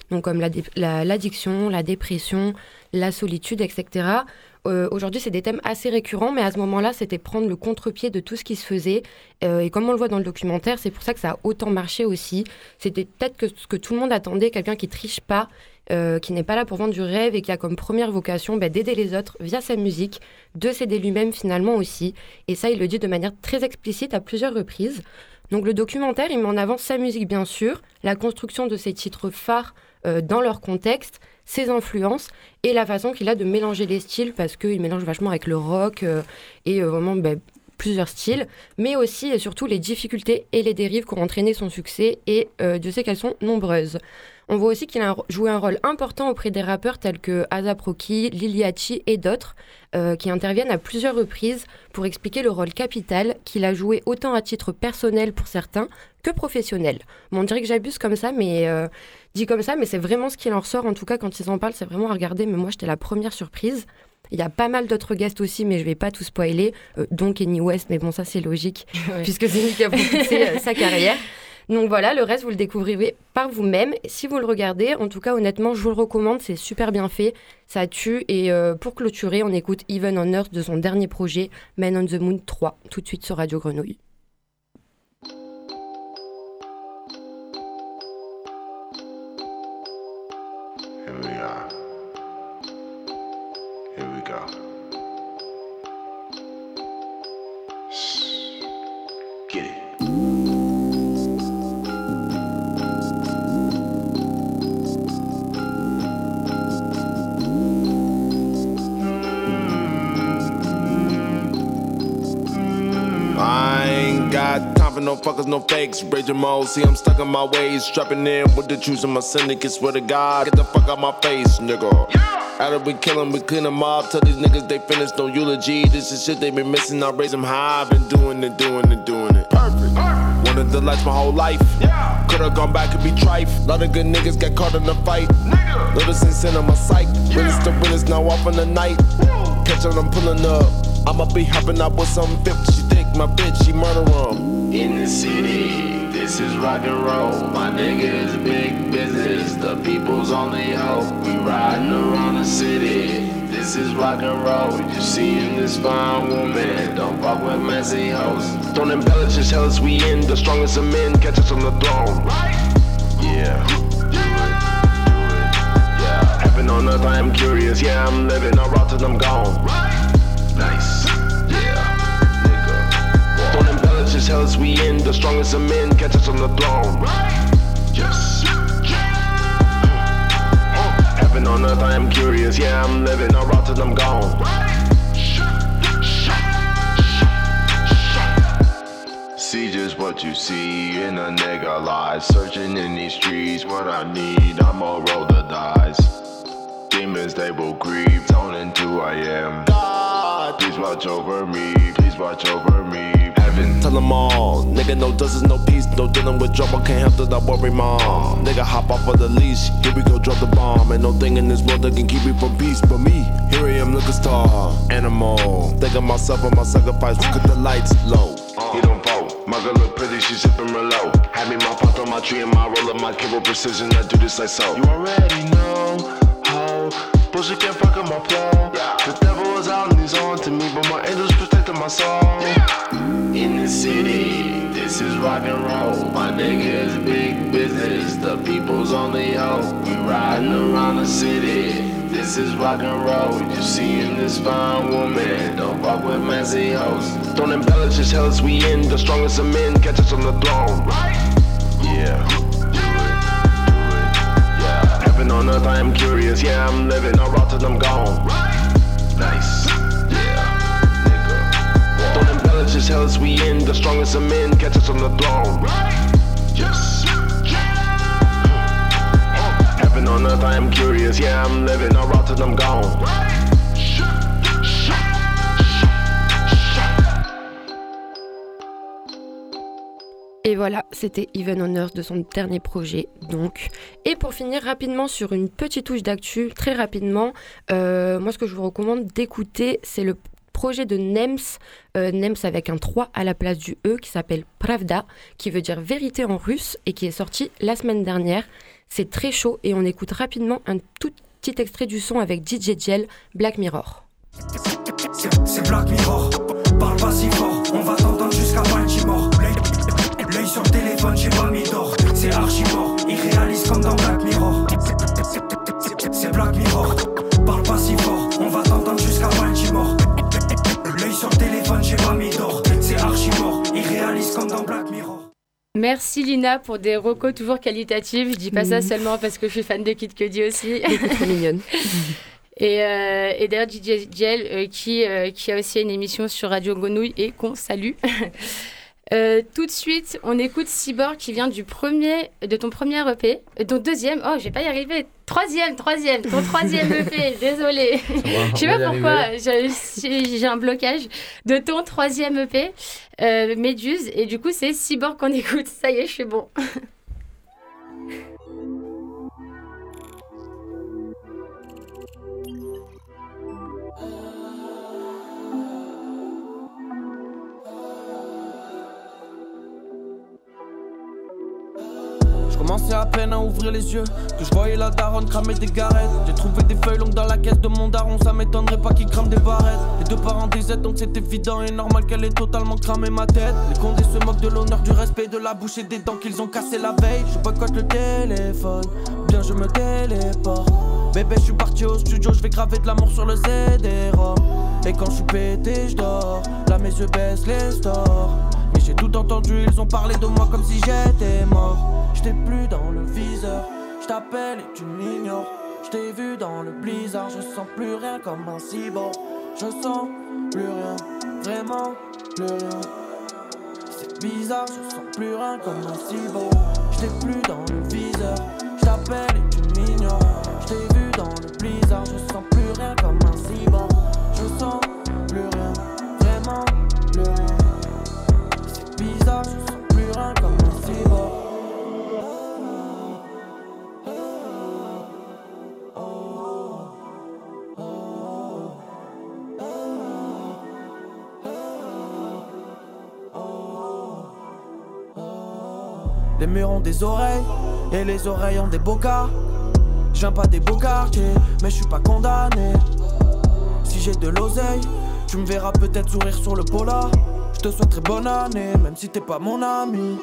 donc comme la dé- la, l'addiction, la dépression, la solitude, et cetera. Euh, aujourd'hui, c'est des thèmes assez récurrents, mais à ce moment-là, c'était prendre le contre-pied de tout ce qui se faisait. Euh, et comme on le voit dans le documentaire, c'est pour ça que ça a autant marché aussi. C'était peut-être que ce que tout le monde attendait, quelqu'un qui triche pas, euh, qui n'est pas là pour vendre du rêve et qui a comme première vocation bah, d'aider les autres via sa musique, de s'aider lui-même finalement aussi. Et ça, il le dit de manière très explicite à plusieurs reprises. Donc le documentaire, il met en avant sa musique bien sûr, la construction de ses titres phares euh, dans leur contexte, ses influences et la façon qu'il a de mélanger les styles parce qu'il mélange vachement avec le rock euh, et euh, vraiment bah, plusieurs styles, mais aussi et surtout les difficultés et les dérives qui ont entraîné son succès et euh, Dieu sait qu'elles sont nombreuses. On voit aussi qu'il a joué un rôle important auprès des rappeurs tels que A$AP Rocky, Lil Yachty et d'autres euh, qui interviennent à plusieurs reprises pour expliquer le rôle capital qu'il a joué autant à titre personnel pour certains que professionnel. Bon, on dirait que j'abuse comme ça, mais euh, dit comme ça, mais c'est vraiment ce qu'il en ressort. En tout cas, quand ils en parlent, c'est vraiment à regarder. Mais moi, j'étais la première surprise. Il y a pas mal d'autres guests aussi, mais je vais pas tout spoiler, euh, dont Kanye West, mais bon, ça c'est logique, ouais. Puisque c'est lui qui a propulsé euh, sa carrière. Donc voilà, le reste, vous le découvrirez par vous-même. Si vous le regardez, en tout cas, honnêtement, je vous le recommande, c'est super bien fait, ça tue. Et euh, pour clôturer, on écoute Even on Earth de son dernier projet, Man on the Moon trois, tout de suite sur Radio Grenouille. Here we are. Here we go. Get it. Got time for no fuckers, no fakes. Raging mode, see I'm stuck in my ways. Strapping in with the juice in my syndicate. Swear to God, get the fuck out my face, nigga. Yeah. After we kill them, we clean them up. Tell these niggas they finished, no eulogy. This is shit they been missing. I raise them high. I've been doing it, doing it, doing it. Perfect. Perfect. One of the lights my whole life. Yeah. Could've gone back and be trife. Lot of good niggas got caught in the fight. Nigga. Noticing sin on my sight. Yeah. Realest the realest now off in the night. Woo. Catch her, I'm pulling up. I'ma be hopping up with some fifth. She thick, my bitch, she murder 'em. In the city, this is rock and roll. My niggas big business, the people's only hope. We riding around the city, this is rock and roll. You seeing this fine woman, don't fuck with messy hoes. Don't embellish, just tell us we in. The strongest of men, catch us on the throne. Right? Yeah. Do it, do it. Yeah. Heaven on earth, I am curious. Yeah, I'm living, I rock till I'm gone. Right? Nice, yeah, nigga. Don't embellish, just tell us we in. The strongest of men, catch us on the throne. Right? Yes. Heaven on earth, I am curious. Yeah, I'm living, I rock till I'm gone. Right? See just what you see in a nigga lies. Searching in these streets, what I need, I'ma roll the dice. Demons, they will grieve, tone into who I am. God, please watch over me, please watch over me. Heaven, tell them all, nigga, no justice, no peace, no dealing with drama, can't help that I worry, mom. Nigga, hop off of the leash, here we go, drop the bomb. Ain't no thing in this world that can keep me from peace but me. Here I am, looking star, animal. Think of myself and my sacrifice, look at the lights low. He don't vote, my girl look pretty, she sipping real low. Had me my pot on my tree and my roller, my cable precision, I do this like so. You already know. Bullshit can't fuck up my flow. Yeah. The devil is out and he's on to me, but my angels protecting my soul. Yeah. In the city, this is rock and roll. My niggas big business, the people's only hope. We riding around the city, this is rock and roll. You seeing this fine woman, don't fuck with messy hoes. Don't embellish, just tell us we in. The strongest of men, catch us on the throne. Right? Yeah. Heaven on earth, I am curious. Yeah, I'm living, I rock till I'm gone. Right? Nice, yeah, nigga. Don't embellish, just tell us we in. The strongest of men, catch us on the throne. Right? Yes. Heaven on earth, I am curious. Yeah, I'm living, I rock till I'm gone. Right? Et voilà, c'était Even on Earth de son dernier projet, donc. Et pour finir rapidement sur une petite touche d'actu, très rapidement, euh, moi ce que je vous recommande d'écouter, c'est le projet de Nems, euh, Nems avec un trois à la place du E, qui s'appelle Pravda, qui veut dire vérité en russe, et qui est sorti la semaine dernière. C'est très chaud et on écoute rapidement un tout petit extrait du son avec D J Gel, Black Mirror. C'est, c'est Black Mirror, parle pas si fort, on va t'entendre jusqu'à Baltimore. L'œil, l'œil sur le téléphone, j'ai pas mis d'or, c'est archi mort, irréaliste comme dans Black Mirror. C'est, c'est, c'est Black Mirror, parle pas si fort, on va t'entendre jusqu'à Baltimore. L'œil sur le téléphone, j'ai pas mis d'or, c'est archi mort, irréaliste comme dans Black Mirror. Merci Lina pour des recos toujours qualitatives. Je dis pas mmh. ça seulement parce que je suis fan de Kid Cudi aussi. Elle est trop mignonne. Et, euh, et d'ailleurs D J Gel euh, qui, euh, qui a aussi une émission sur Radio Grenouille et qu'on salue. euh, tout de suite, on écoute Cyborg qui vient du premier, de ton premier E P, euh, ton deuxième, oh je vais pas y arriver, troisième, troisième, ton troisième E P, désolée. Je sais pas pourquoi, j'ai, j'ai un blocage de ton troisième E P, euh, Méduse, et du coup c'est Cyborg qu'on écoute, ça y est, je suis bon. Je commençais à peine à ouvrir les yeux, que je voyais la daronne cramer des garettes. J'ai trouvé des feuilles longues dans la caisse de mon daron, ça m'étonnerait pas qu'il crame des barrettes. Les deux parents des aides, donc c'est évident et normal qu'elle ait totalement cramé ma tête. Les condés se moquent de l'honneur, du respect, de la bouche et des dents qu'ils ont cassé la veille. Je boycotte le téléphone, bien je me téléporte. Bébé je suis parti au studio, je vais graver de l'amour sur le Z D-ROM. Et quand je suis pété, je dors, là mes yeux baissent les stores. Mais j'ai tout entendu, ils ont parlé de moi comme si j'étais mort. J'étais plus dans le viseur, je t'appelle et tu m'ignores. Je t'ai vu dans le blizzard, je sens plus rien comme un cyborg. Je sens plus rien, vraiment plus rien. C'est bizarre, je sens plus rien comme un cyborg. Je t'ai plus dans le viseur, je t'appelle et tu m'ignores. Je t'ai vu dans le blizzard, je sens plus rien comme un cyborg. Je sens plus rien, vraiment plus rien. C'est bizarre, je sens plus rien comme un cyborg. Les murs ont des oreilles et les oreilles ont des bocards. Je viens pas des beaux quartiers, mais je suis pas condamné. Si j'ai de l'oseille, tu me verras peut-être sourire sur le polar. Je te souhaite très bonne année, même si t'es pas mon ami.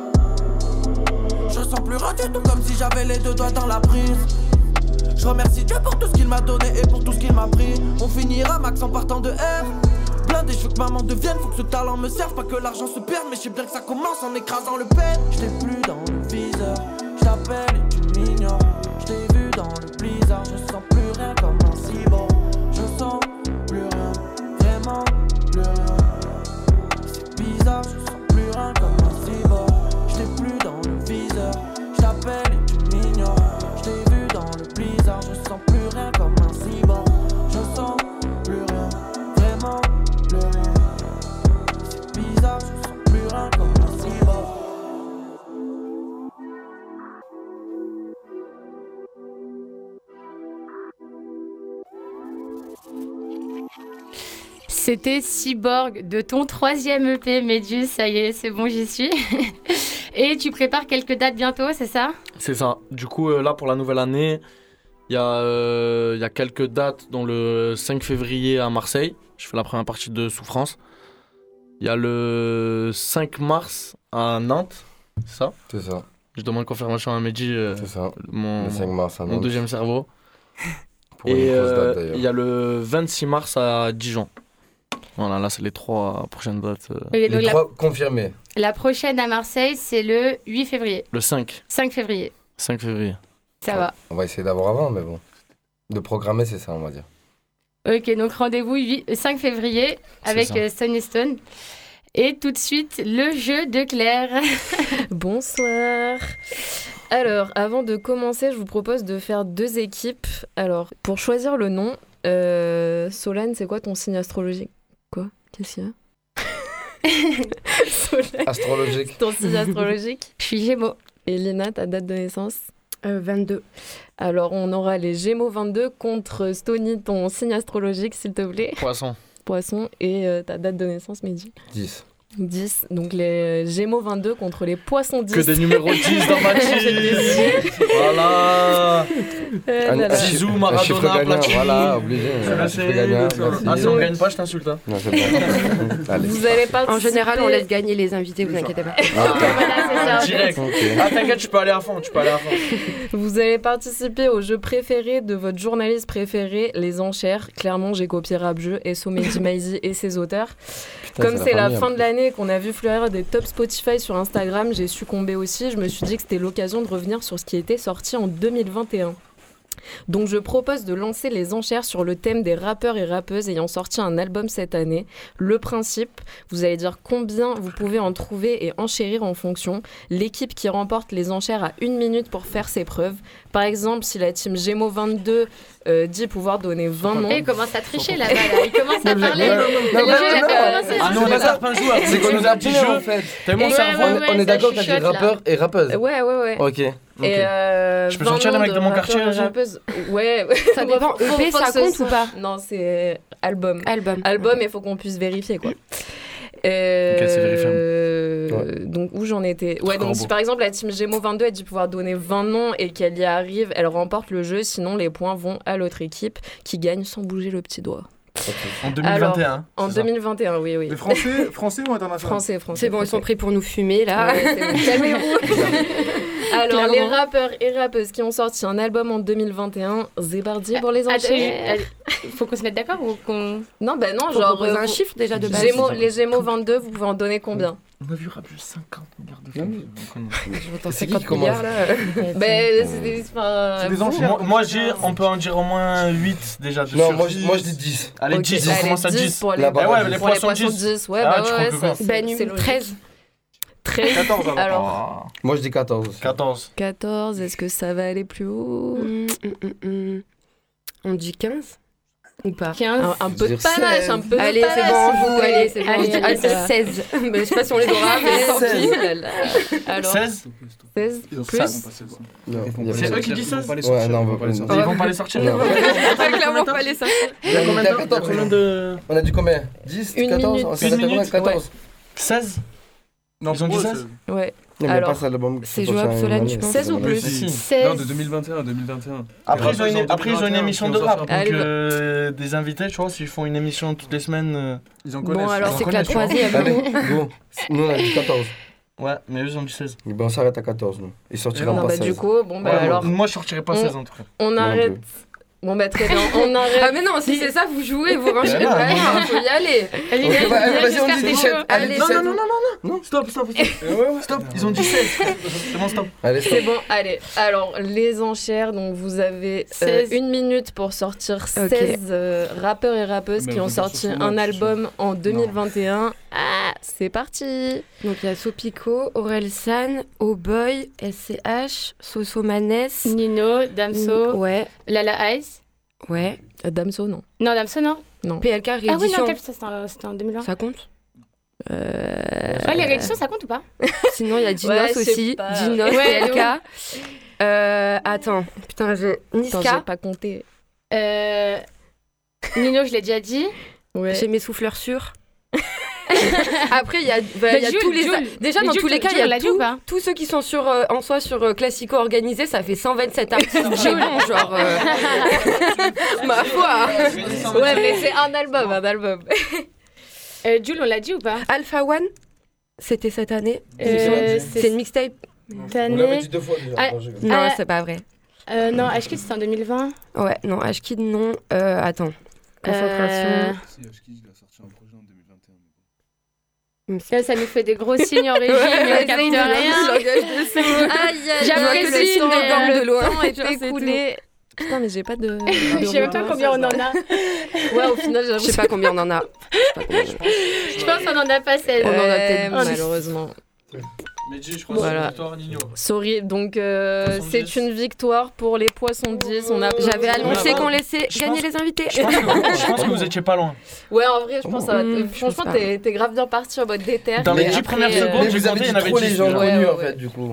Je sens plus rien du tout, comme si j'avais les deux doigts dans la prise. Je remercie Dieu pour tout ce qu'il m'a donné et pour tout ce qu'il m'a pris. On finira max en partant de R. Plein des veux que maman devienne, faut que ce talent me serve. Pas que l'argent se perde, mais je sais bien que ça commence en écrasant le pet. Je t'ai plus dans le viseur, je t'appelle et tu m'ignores. Je t'ai vu dans le blizzard, je sens plus rien comme un cyborg. Je sens plus rien, vraiment plus rien. C'est bizarre, je sens plus rien comme un cyborg. Je t'ai plus dans le viseur, je t'appelle et tu m'ignores. Je t'ai vu dans le blizzard, je sens plus rien comme un cyborg. Je sens plus rien, vraiment plus rien. C'est bizarre, je sens plus rien comme un cyborg. C'était Cyborg de ton troisième E P, Méduse, ça y est, c'est bon, j'y suis. Et tu prépares quelques dates bientôt, c'est ça ? C'est ça. Du coup, euh, là, pour la nouvelle année, il y, euh, y a quelques dates, dont le cinq février à Marseille. Je fais la première partie de Souffrance. Il y a le cinq mars à Nantes, c'est ça ? C'est ça. Je demande confirmation à Mehdi, euh, c'est ça. Mon, le cinq mars à Nantes. Mon deuxième cerveau. Pour Et une grosse date, euh, d'ailleurs. il y a le vingt-six mars à Dijon. Voilà, là, c'est les trois prochaines dates. Euh... Okay, les la... trois confirmées. La prochaine à Marseille, c'est le huit février. Le cinq. cinq février. cinq février. Ça on, va. On va essayer d'avoir avant, mais bon. De programmer, c'est ça, on va dire. Ok, donc rendez-vous cinq février avec euh, Stony Stone. Et tout de suite, le jeu de Claire. Bonsoir. Alors, avant de commencer, je vous propose de faire deux équipes. Alors, pour choisir le nom, euh, Solène, c'est quoi ton signe astrologique ? Quoi ? Qu'est-ce qu'il y a ? Solène, astrologique. Ton signe astrologique ? Je suis Gémeaux. Et Lina, ta date de naissance ? euh, vingt-deux. Alors, on aura les Gémeaux vingt-deux contre Stony, ton signe astrologique, s'il te plaît. Poisson. Poisson. Et euh, ta date de naissance, Mehdi ? dix. dix. Donc les Gémeaux vingt-deux contre les Poissons dix. Que des numéros dix dans ma team. Voilà. Euh, là, là. Zizou, Un chiffre Maradona, gagnant, Platini. voilà, obligé. Un C'est- chiffre gagnant, merci. Ah, si on gagne pas, je t'insulte. Hein. Non, c'est bon. Allez. Vous allez participer... En général, on laisse gagner les invités, vous inquiétez pas. Ah, Voilà, c'est ça. Direct. ok. Ah, t'inquiète, tu peux aller à fond, tu peux aller à fond. Vous allez participer au jeu préféré de votre journaliste préféré, les enchères. Clairement, j'ai copié Rap Jeu, S O Mehdi Maizi et ses auteurs. Putain, Comme c'est la famille, fin en de plus. l'année qu'on a vu fleurir des top Spotify sur Instagram, j'ai succombé aussi. Je me suis dit que c'était l'occasion de revenir sur ce qui était sorti en deux mille vingt et un. Donc je propose de lancer les enchères sur le thème des rappeurs et rappeuses ayant sorti un album cette année. Le principe, vous allez dire combien vous pouvez en trouver et enchérir en fonction. L'équipe qui remporte les enchères a une minute pour faire ses preuves. Par exemple, si la team Gémeaux vingt-deux euh, dit pouvoir donner vingt noms... Et il commence à tricher là-bas, là. Il commence à parler. non, non, Le non, jeu, il a non, pas non. commencé. Ah non, on est pas un joueur. C'est qu'on nous a dit en fait. T'as vu mon Ouais, cerveau ouais, On est- On est ça d'accord qu'elle dit chuchote, là. rappeur et rappeuse. Ouais, ouais, ouais. Ok. Et euh, Je peux vingt sortir les noms mecs de mon rappeurs quartier et aussi rappeuses. Ouais, Ça dépend. Faut- E P, faut ça que ce compte soit- ou pas? Non, c'est album. Album. Album, il faut qu'on puisse vérifier, quoi. Euh, Ok, c'est vérifiable. euh, Donc, où j'en étais Ouais, donc si par exemple la team Gémeaux vingt-deux a dit pouvoir donner vingt noms et qu'elle y arrive, elle remporte le jeu, sinon les points vont à l'autre équipe qui gagne sans bouger le petit doigt. En deux mille vingt et un. En c'est ça. deux mille vingt et un, oui, oui. Les Français, Français ou internationaux? Français, français. C'est bon, ils sont pris pour nous fumer là. Ouais, c'est bon. Calmez-vous. Alors, Clairement. les rappeurs et rappeuses qui ont sorti un album en deux mille vingt et un, Zébardi pour les Attends, enchères. il faut qu'on se mette d'accord ou qu'on. Non, bah non, Faut genre. proposer euh, un vous- chiffre déjà de base. Gémeaux, les Gémeaux vingt-deux, vous pouvez en donner combien? On a vu Rap Jeu cinquante milliards de Non, fois. J'entends C'est qui cinquante qui commence? milliards là. Ben, c'est des. enfin, C'est des vous- enchères. Moi, moi, j'ai, on peut en dire au moins huit déjà. De Non, sur moi je dix. moi, je dis dix. Allez, Ok, dix, on allez, commence à dix dix. pour les, Là-bas, Eh ouais, dix. les pour les poissons poissons dix. dix. Ouais, Ah, bah tu ouais, comptes ça, plus c'est Ben, c'est numéro logique. treize. treize. quatorze alors. Alors, Oh, Moi je dis quatorze aussi. quatorze. quatorze, est-ce que ça va aller plus haut? Hum, hum, hum, hum. On dit quinze ou pas? quinze. Un, un peu de dire panache, seize. un peu de Allez, panache. c'est bon, s'il vous vous, plaît. allez, c'est bon. Allez, Je dis allez, allez, seize. Mais je sais pas si on les aura, mais tant pis. Oh là là. Alors, seize. seize Ils ont plus. Non, il y a C'est pas- eux qui disent ça. Ouais, non, on va pas les Ils sortir. vont pas les sortir. Non. Clairement pas les sortir. Il y a combien de temps T'as combien de. On a dit combien? dix, Une quatorze? minute. On Une s'est arrêté minute, combien? quatorze. seize. Non, Ils ont pour dit eux, seize. Ouais. Non, mais Alors, pas ça l'album. c'est sorti jouable, en Solane, année. tu penses? seize ou plus? Si. seize. Non, de deux mille vingt et un, deux mille vingt et un. Après, Et ils ont, une, rappeurs, après, ils ont une émission de rap. Donc, Allez, euh, des invités, tu vois, s'ils font une émission toutes les semaines. euh, Ils en Bon, connaissent. alors, Ils en c'est que la connaissent, tu vois. troisième. Allez, go. Nous on a dit quatorze. Ouais, mais eux, ils ont dit seize. Ben, on s'arrête à quatorze, nous. Ils sortiront Non, pas bah, seize. du coup, bon, bah Ouais, alors, moi, je sortirais pas on- seize en tout cas. on non arrête. plus. Bon, bah, très bien. On arrête. Ah mais non, si c'est ça, vous jouez, vous rangez Ouais, les non, bras. Il faut y aller. Allez, Ok, viens, bah, viens vas-y, juste on faire dit tes dix-sept. jeux. Allez, Allez. Non, dix-sept. non, non, non, non, non. Stop, stop, stop. Stop, ils ont dit seize. C'est bon, stop. Allez, C'est stop. bon, allez. Alors, les enchères, donc vous avez euh, seize. une minute pour sortir seize euh, rappeurs et rappeuses Mais qui on ont fait pas sorti sur son un match, album en deux mille vingt et un. Ah, c'est parti. Donc il y a Sopico, Aurel San, Oh Boy, S C H, Soso Manes. Nino, Damso, Ouais, Lala Ice. ouais. Euh, Damso, non. Non, Damso, non. P L K Ah oui, réédition. non, quel- ça, c'était en- c'était en deux mille vingt. Ça compte. Euh... Ouais, les rééditions, ça compte ou pas? Sinon il y a Dinos Ouais, je sais aussi. pas. Dinos, Ouais, P L K. Euh, attends, putain, j'ai Attends, j'ai Niska. pas compté. Euh... Nino, je l'ai déjà dit. Ouais. J'ai mes souffleurs sûrs. Après, il y a, bah, il y a Jules, tous les. Jules. Déjà, Mais dans Jules, tous les cas, il y Jules, on a l'a dit ou tout- pas tous ceux qui sont sur, euh, en soi sur euh, Classico organisé, ça fait cent vingt-sept artistes. C'est bon, genre. euh, Ma foi. Ouais, mais c'est un album, un album. Euh, Jules, on l'a dit ou pas? Alpha One, c'était cette année. Euh, c'est une mixtape. Cette On l'avait année. dit deux fois déjà. Ah, Non, je- Non, Euh, c'est pas vrai. Euh, non, Ashkid, c'était en deux mille vingt. Ouais, non, Ashkid, non. Euh, attends. Concentration. Euh, Si, Ashkid, il a sorti un projet en deux mille vingt et un. Là, ça nous fait des gros signes en régie, mais on capte rien. Aïe, aïe, J'apprécie, je vois que le mais temps le de loin. temps est Genre, c'est écoulé. Putain, mais j'ai pas de. Je sais même pas combien on en a. Ouais, au final, Je j'avoue. sais pas combien on en a. Je sais pas combien on en a. Je pense qu'on en a pas seize. On en a Ouais, peut-être dix. malheureusement. Mais dis, je crois que c'est une Voilà. victoire, Nino. Sorry, donc euh, Poisson c'est dix. une victoire pour les Poissons dix. On a... J'avais annoncé Ouais. qu'on laissait Je gagner pense- les invités. Je pense, que, je pense que vous étiez pas loin. Ouais, en vrai, je pense que ça va. Mmh, je Franchement, pense t'es t'es grave bien parti en mode déter. Dans les mais dix après, premières euh, secondes, Mais j'ai vous avez compté, il dit y en avait trop les dix. gens déjà. Ouais, connus ouais, en ouais. fait, du coup.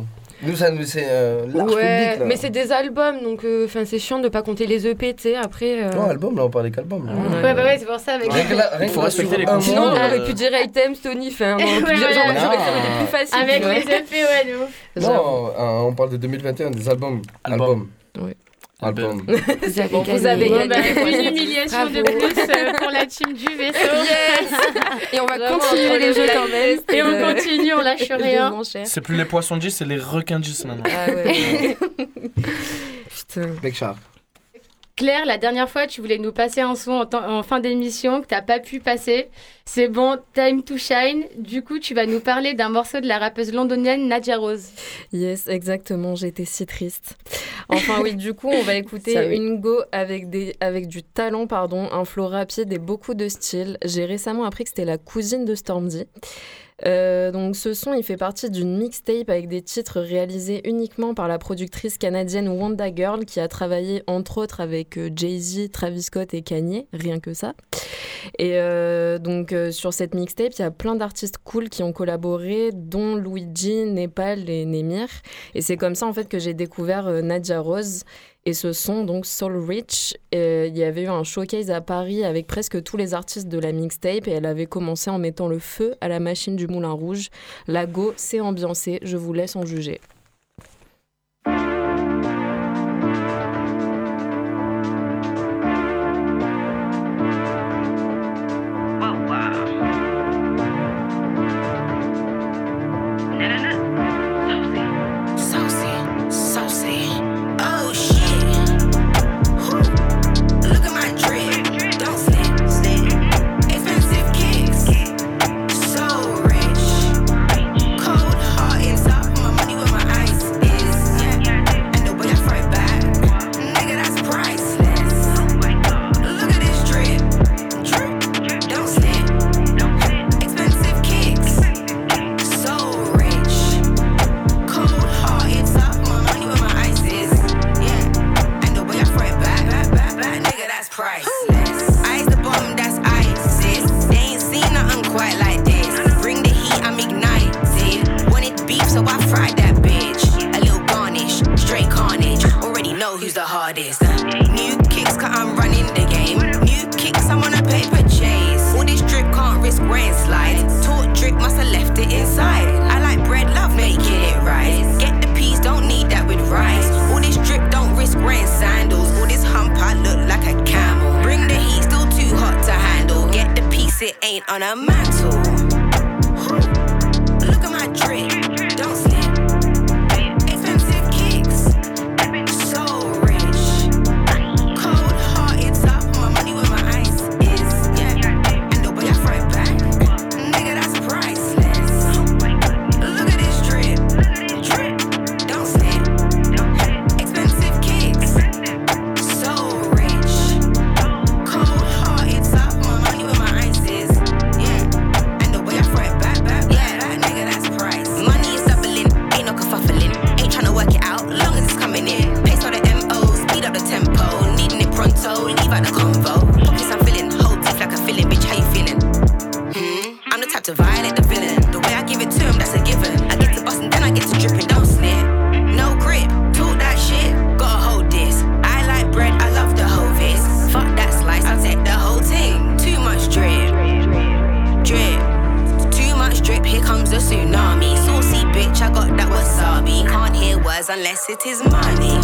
Nous, ça nous c'est euh, large Ouais, public, là. mais c'est des albums, donc euh, c'est chiant de pas compter les E P, tu sais, après... euh, Non, album, là, on parlait qu'album. là. Ouais, ouais, bah ouais, c'est pour ça. Avec Rien que là- rien Il faut que là, respecter sur les un consignes. Sinon, mois, on euh, aurait pu dire Items, Tony, enfin, on aurait pu Ouais, dire- ouais, genre, ouais. j'aurais- ça aurait été plus facile. Avec tu vois. les E P, ouais, de ouf. Non, euh, on parle de deux mille vingt et un, des albums. Album. Album. Ouais. Album. Vous avez Bon, gagné. vous avez Bon, gagné. bah, une humiliation de Bravo. plus euh, pour la team du vaisseau. Et on va Vraiment, continuer entre les le jeux quand blind même. test Et on le- continue, on lâche les rien. enchères. C'est plus les poissons dix, c'est les requins dix maintenant. Ah ouais. Putain. Bec Shark. Claire, la dernière fois, tu voulais nous passer un son en, temps- en fin d'émission que t'as pas pu passer. C'est bon, time to shine. Du coup, tu vas nous parler d'un morceau de la rappeuse londonienne Nadia Rose. Yes, exactement, j'étais si triste. Enfin oui, du coup, on va écouter Ça, oui. une go avec, des, avec du talent, pardon, un flow rapide et beaucoup de style. J'ai récemment appris que c'était la cousine de Stormzy. Euh, donc ce son, il fait partie d'une mixtape avec des titres réalisés uniquement par la productrice canadienne Wanda Girl qui a travaillé entre autres avec euh, Jay-Z, Travis Scott et Kanye, rien que ça. Et euh, donc euh, sur cette mixtape, il y a plein d'artistes cool qui ont collaboré, dont Luigi, Népal et Némir. Et c'est comme ça en fait que j'ai découvert euh, Nadia Rose. Et ce son, donc Soul Rich, euh, il y avait eu un showcase à Paris avec presque tous les artistes de la mixtape et elle avait commencé en mettant le feu à la machine du Moulin Rouge. La go, c'est ambiancé, je vous laisse en juger. Saucy, saucy. Oh shit. Look at my drip. Don't slip, slip. Expensive kicks. So rich. Cold heart inside. My money with my ice is. And the way I throw it back. Nigga, that's priceless. Look at this drip. Drip. Don't slip. Expensive kicks. So rich. Cold heart inside. My money with my ice is. Yeah. And the way I throw it back. Back, back, back. Nigga, that's priceless. Ice the bomb, that's ISIS. They ain't seen nothing quite like this. Bring the heat, I'm ignited. Wanted beef, so I fried that bitch. A little garnish, straight carnage. Already know who's the hardest. New kicks, cause I'm running the game. New kicks, I'm on a paper chase. All this drip can't risk rain slides. Taught drip, must have left it inside. I like bread, love making it rise. Get the peas, don't need that with rice. All this drip, don't risk rain sandals. All this hump, I look like a camel. Bring the heat, still too hot to handle. Get the piece, it ain't on a mantle. Look at my drip, don't slip. Expensive kicks, so rich. Cold heart, it's up. My money with my ice is. Yeah, and the way I throw it back, nigga, that's priceless. Look at this drip, drip, don't slip. Expensive kicks, so rich. Cold heart, it's up. My money with my ice is. Yeah, and the way I throw it back, back, yeah, that nigga, that's price. Money is doubling, ain't no kerfuffling. Ain't tryna work it out, long as it's coming in. Pace for the M O, speed up the tempo. Needing it pronto, leave out the convo. Pockets I'm feeling, hold teeth like a feeling. Bitch, how you feeling? Hmm, I'm the type to violate the villain. The way I give it to him, that's a given. I get to bustin', then I get to dripping, don't slip. No grip, talk that shit, gotta hold this. I like bread, I love the whole vis. Fuck that slice, I'll take the whole thing. Too much drip, drip. Too much drip, here comes the tsunami. Saucy bitch, I got that wasabi. Can't hear words unless it is money.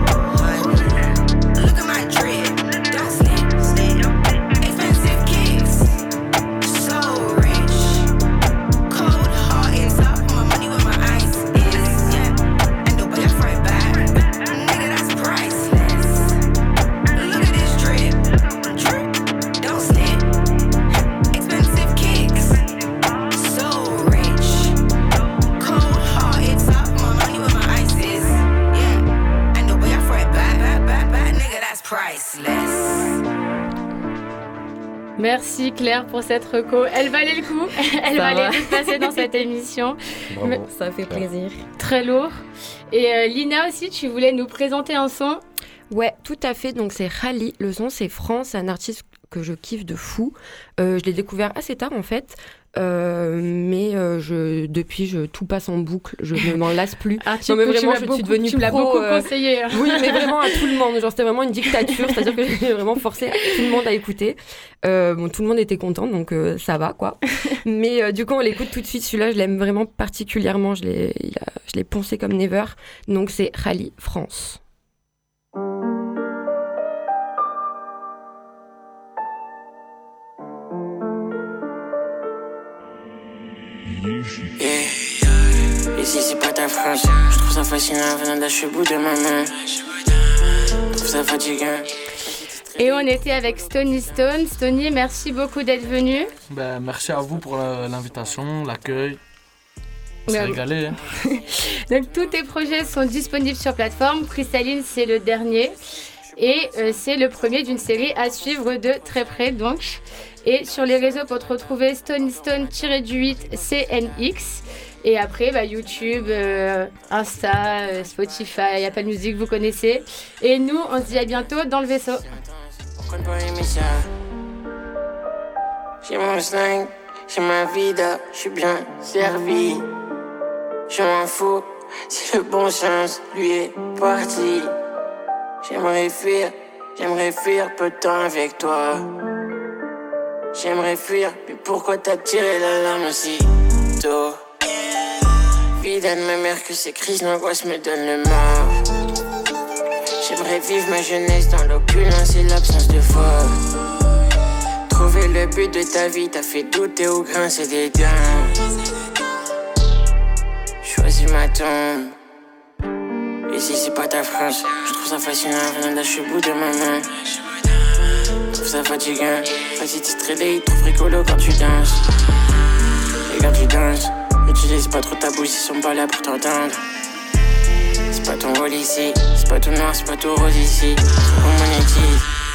Look at my drip, don't slip, slip. Expensive kicks, so rich. Cold heart is up, my money with my ice is. Yeah, and the way I throw it back, nigga, that's priceless. Look at this drip, drip, don't slip. Expensive kicks, so rich. Cold heart, it's up, my money with my ice is. Yeah, and the way I throw it back, back, back, back, nigga, that's priceless. Merci Claire pour cette reco. Elle valait le coup. Elle Ça valait va. de passer dans cette émission. Bravo. Ça fait plaisir. Très lourd. Et euh, Lina aussi, tu voulais nous présenter un son. Ouais, tout à fait. Donc c'est Rally. Le son, c'est France, un artiste que je kiffe de fou. Euh, je l'ai découvert assez tard en fait. Euh, mais euh, je, depuis, je, tout passe en boucle. Je ne m'en lasse plus. Ah, tu, non, mais tu vraiment, m'as je beaucoup, suis devenue tu me l'as pro. beaucoup euh, conseillé. Hein. Oui, mais vraiment à tout le monde. Genre, c'était vraiment une dictature. C'est-à-dire que j'ai vraiment forcé tout le monde à écouter. Euh, bon, tout le monde était content, donc euh, ça va, quoi. Mais euh, du coup, on l'écoute tout de suite. Celui-là, je l'aime vraiment particulièrement. Je l'ai, il a, je l'ai poncé comme never. Donc, c'est Rallye France. Yeah. Ici c'est pas ta France. Je trouve ça fascinant venant d'acheter le bout de ma main. Je trouve ça fatigant. Et on était avec Stony Stone. Stony, merci beaucoup d'être venu. Ben, merci à vous pour la- l'invitation, l'accueil. On s'est Ben, régalé. Hein. Donc tous tes projets sont disponibles sur plateforme. Crystalline, c'est le dernier. Et euh, c'est le premier d'une série à suivre de très près donc. Et sur les réseaux pour te retrouver StonyStone-huit C N X. Et après bah, YouTube, euh, Insta, euh, Spotify, Apple Music, vous connaissez. Et nous, on se dit à bientôt dans le vaisseau. J'ai mon slang, j'ai ma vida, je suis bien servi. Je m'en fous, si le bon sens lui est parti. J'aimerais fuir, j'aimerais fuir peu de temps avec toi. J'aimerais fuir, mais pourquoi t'as tiré la larme aussi tôt? Fidèle ma mère que ces crises d'angoisse me donnent le mort. J'aimerais vivre ma jeunesse dans l'opulence et l'absence de foi. Trouver le but de ta vie t'a fait douter ou grincer des dents. Choisis ma tombe. Ici c'est pas ta France. Je trouve ça fascinant venant d'acheter le bout de ma main. Je trouve ça fatigant. Vas-y tu te réveilles, trouve rigolo quand tu danses. Et quand tu danses, utilise pas trop ta bouche, ils sont pas là pour t'entendre. C'est pas ton rôle ici, c'est pas tout noir, c'est pas tout rose ici. C'est qu'on monétise.